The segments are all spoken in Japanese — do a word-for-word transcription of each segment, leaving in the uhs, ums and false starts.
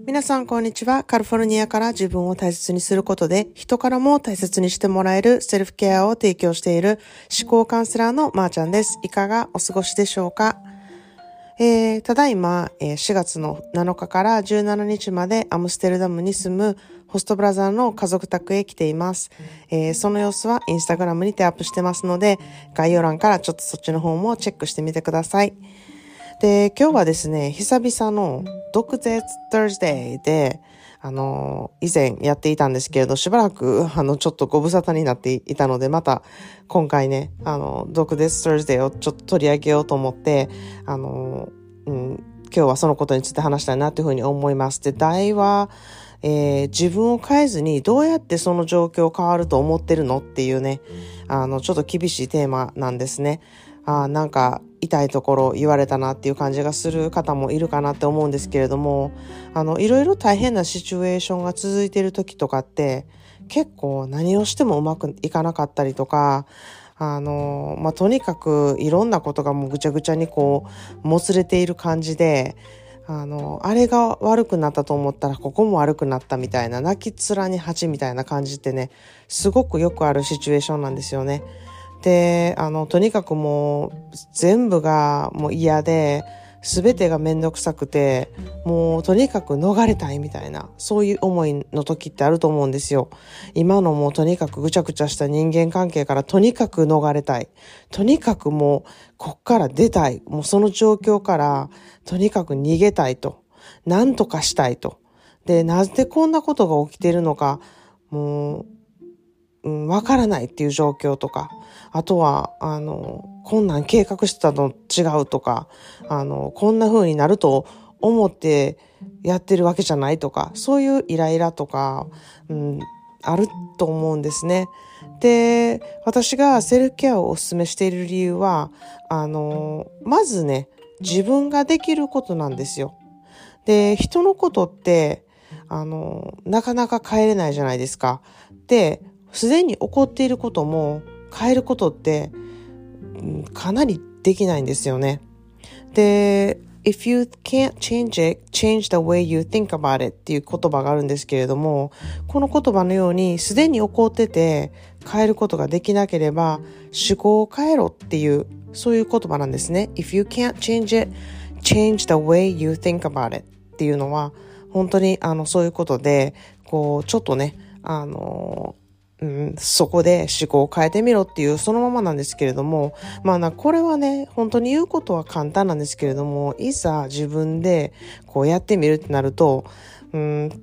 皆さんこんにちは。カリフォルニアから自分を大切にすることで人からも大切にしてもらえるセルフケアを提供している思考カウンセラーのまーちゃんです。いかがお過ごしでしょうか？えー、ただいましがつのなのかからじゅうしちにちまでアムステルダムに住むホストブラザーの家族宅へ来ています。えー、その様子はインスタグラムにてアップしてますので、概要欄からちょっとそっちの方もチェックしてみてください。で、今日はですね、久々の毒舌 Thursday で、あの、以前やっていたんですけれど、しばらく、あの、ちょっとご無沙汰になっていたので、また、今回ね、あの、毒舌 Thursday をちょっと取り上げようと思って、あの、うん、今日はそのことについて話したいなというふうに思います。で、題は、えー、自分を変えずにどうやってその状況変わると思ってるのっていうね、あの、ちょっと厳しいテーマなんですね。あなんか痛いところ言われたなっていう感じがする方もいるかなって思うんですけれども、あのいろいろ大変なシチュエーションが続いている時とかって結構何をしてもうまくいかなかったりとか、あのまあとにかくいろんなことがもうぐちゃぐちゃにこうもつれている感じで、あのあれが悪くなったと思ったらここも悪くなったみたいな、泣き面に蜂みたいな感じってね、すごくよくあるシチュエーションなんですよね。で、あの、とにかくもう全部がもう嫌で、すべてがめんどくさくて、もうとにかく逃れたいみたいな、そういう思いの時ってあると思うんですよ。今のもうとにかくぐちゃぐちゃした人間関係からとにかく逃れたい。とにかくもうこっから出たい。もうその状況からとにかく逃げたいと。なんとかしたいと。で、なぜこんなことが起きているのか、もう、うん、わからないっていう状況とか、あとは、あの、こんなん計画してたの違うとか、あの、こんな風になると思ってやってるわけじゃないとか、そういうイライラとか、うん、あると思うんですね。で、私がセルフケアをお勧めしている理由は、あの、まずね、自分ができることなんですよ。で、人のことって、あの、なかなか変えれないじゃないですか。で、すでに起こっていることも変えることって、うん、かなりできないんですよね。で、if you can't change it, change the way you think about it っていう言葉があるんですけれども、この言葉のようにすでに起こってて変えることができなければ思考を変えろっていう、そういう言葉なんですね。if you can't change it, change the way you think about it っていうのは本当にあのそういうことで、こうちょっとね、あのうん、そこで思考を変えてみろっていうそのままなんですけれども、まあな、これはね、本当に言うことは簡単なんですけれども、いざ自分でこうやってみるってなると、うん、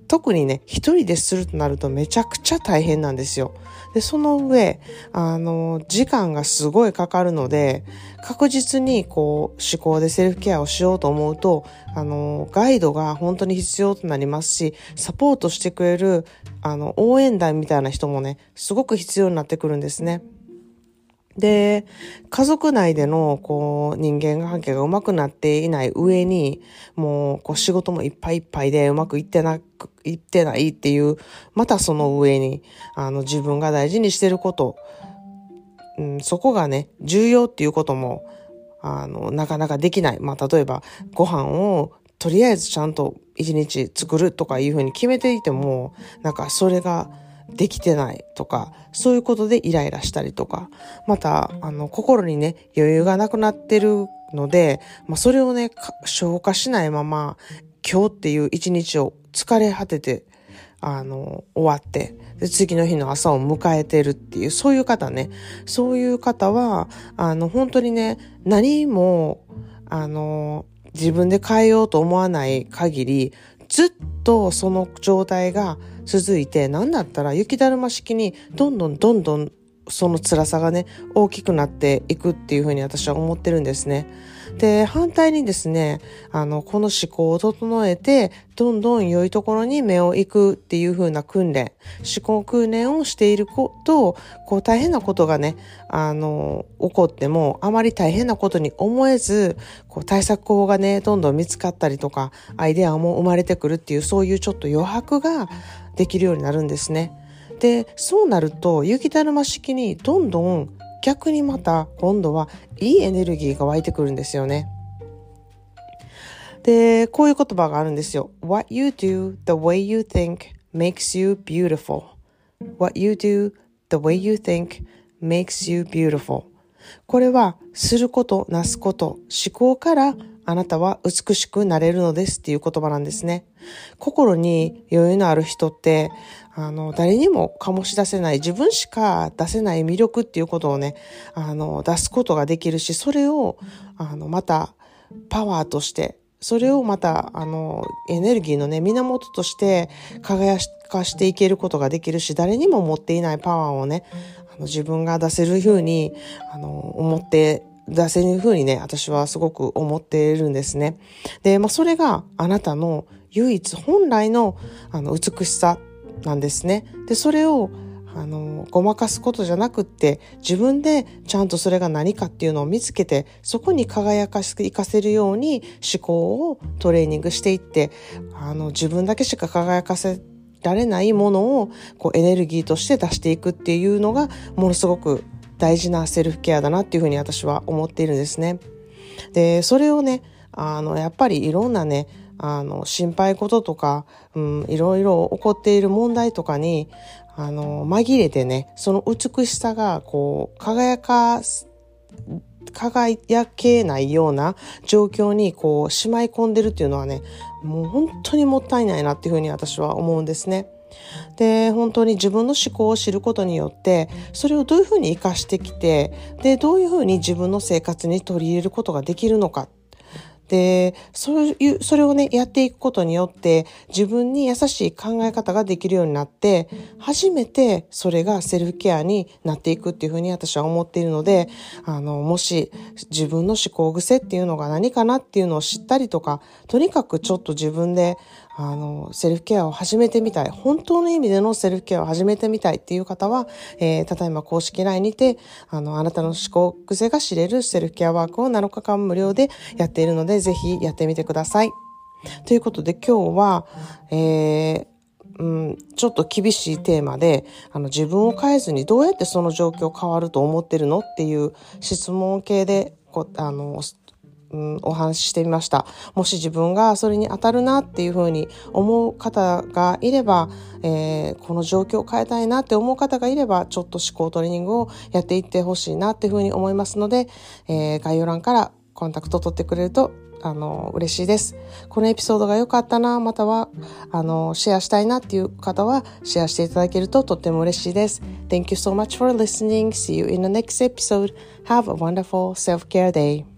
特にね、一人でするとなるとめちゃくちゃ大変なんですよ。で、その上、あの、時間がすごいかかるので、確実にこう、思考でセルフケアをしようと思うと、あの、ガイドが本当に必要となりますし、サポートしてくれる、あの、応援団みたいな人もね、すごく必要になってくるんですね。で、家族内での、こう、人間関係がうまくなっていない上に、もう、こう、仕事もいっぱいいっぱいでうまくいってなく、いってないっていう、またその上に、あの、自分が大事にしてること、うん、そこがね、重要っていうことも、あの、なかなかできない。まあ、例えば、ご飯を、とりあえずちゃんと一日作るとかいうふうに決めていても、なんかそれが、できてないとか、そういうことでイライラしたりとか、また、あの、心にね、余裕がなくなってるので、まあ、それをね、消化しないまま、今日っていう一日を疲れ果てて、あの、終わって、で、次の日の朝を迎えてるっていう、そういう方ね、そういう方は、あの、本当にね、何も、あの、自分で変えようと思わない限り、ずっとその状態が続いて、なんだったら雪だるま式にどんどんどんどんその辛さがね、大きくなっていくっていうふうに私は思ってるんですね。で、反対にですね、あの、この思考を整えて、どんどん良いところに目を行くっていう風な訓練、思考訓練をしていると、こう大変なことがね、あの、起こっても、あまり大変なことに思えず、こう対策法がね、どんどん見つかったりとか、アイデアも生まれてくるっていう、そういうちょっと余白ができるようになるんですね。で、そうなると、雪だるま式にどんどん逆にまた今度はいいエネルギーが湧いてくるんですよね。 で、こういう言葉があるんですよ。What you do, the way you think, makes you beautiful.What you do, the way you think, makes you beautiful. これは、すること、なすこと、思考からあなたは美しくなれるのですっていう言葉なんですね。心に余裕のある人って、あの、誰にも醸し出せない、自分しか出せない魅力っていうことをね、あの、出すことができるし、それを、あの、また、パワーとして、それをまた、あの、エネルギーのね、源として輝かしていけることができるし、誰にも持っていないパワーをね、あの自分が出せるふうに、あの、思って、出せるふうにね、私はすごく思っているんですね。で、まあ、それがあなたの唯一本来の、あの、美しさなんですね。で、それを、あの、ごまかすことじゃなくって、自分でちゃんとそれが何かっていうのを見つけて、そこに輝かして活かせるように思考をトレーニングしていって、あの、自分だけしか輝かせられないものを、こう、エネルギーとして出していくっていうのが、ものすごく大事なセルフケアだなっていうふうに私は思っているんですね。で、それをね、あの、やっぱりいろんなね、あの、心配事とか、うん、いろいろ起こっている問題とかに、あの、紛れてね、その美しさが、こう、輝か、輝けないような状況に、こう、しまい込んでるっていうのはね、もう本当にもったいないなっていうふうに私は思うんですね。で、本当に自分の思考を知ることによって、それをどういうふうに活かしてきて、で、どういうふうに自分の生活に取り入れることができるのか。で、そういう、それをね、やっていくことによって、自分に優しい考え方ができるようになって、初めてそれがセルフケアになっていくっていうふうに私は思っているので、あの、もし自分の思考癖っていうのが何かなっていうのを知ったりとか、とにかくちょっと自分で、あの、セルフケアを始めてみたい。本当の意味でのセルフケアを始めてみたいっていう方は、えー、ただいま公式 ライン にて、あの、あなたの思考癖が知れるセルフケアワークをなのかかん無料でやっているので、ぜひやってみてください。ということで今日は、えーうん、ちょっと厳しいテーマで、あの、自分を変えずにどうやってその状況変わると思ってるのっていう質問系で、こあの、うん、お話ししてみました。もし自分がそれに当たるなっていうふうに思う方がいれば、えー、この状況を変えたいなって思う方がいれば、ちょっと思考トレーニングをやっていってほしいなっていうふうに思いますので、えー、概要欄からコンタクト取ってくれるとあの嬉しいです。このエピソードが良かったな、またはあのシェアしたいなっていう方はシェアしていただけるととっても嬉しいです。Thank you so much for listening. See you in the next episode. Have a wonderful self-care day.